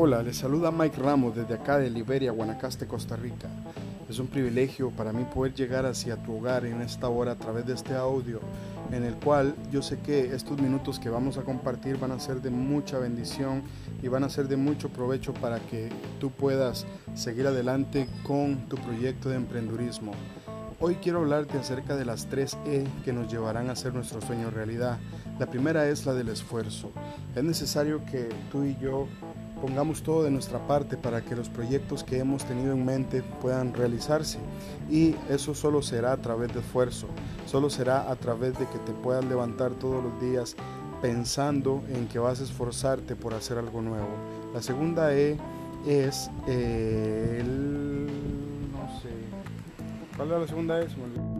Hola, les saluda Mike Ramos desde acá de Liberia, Guanacaste, Costa Rica. Es un privilegio para mí poder llegar hacia tu hogar en esta hora a través de este audio, en el cual yo sé que estos minutos que vamos a compartir van a ser de mucha bendición y van a ser de mucho provecho para que tú puedas seguir adelante con tu proyecto de emprendurismo. Hoy quiero hablarte acerca de las 3 E que nos llevarán a hacer nuestro sueño realidad. La primera es la del esfuerzo. Es necesario que tú y yo pongamos todo de nuestra parte para que los proyectos que hemos tenido en mente puedan realizarse, y eso solo será a través de esfuerzo, solo será a través de que te puedas levantar todos los días pensando en que vas a esforzarte por hacer algo nuevo. La segunda E es no sé, ¿cuál era la segunda E? Se me olvidó.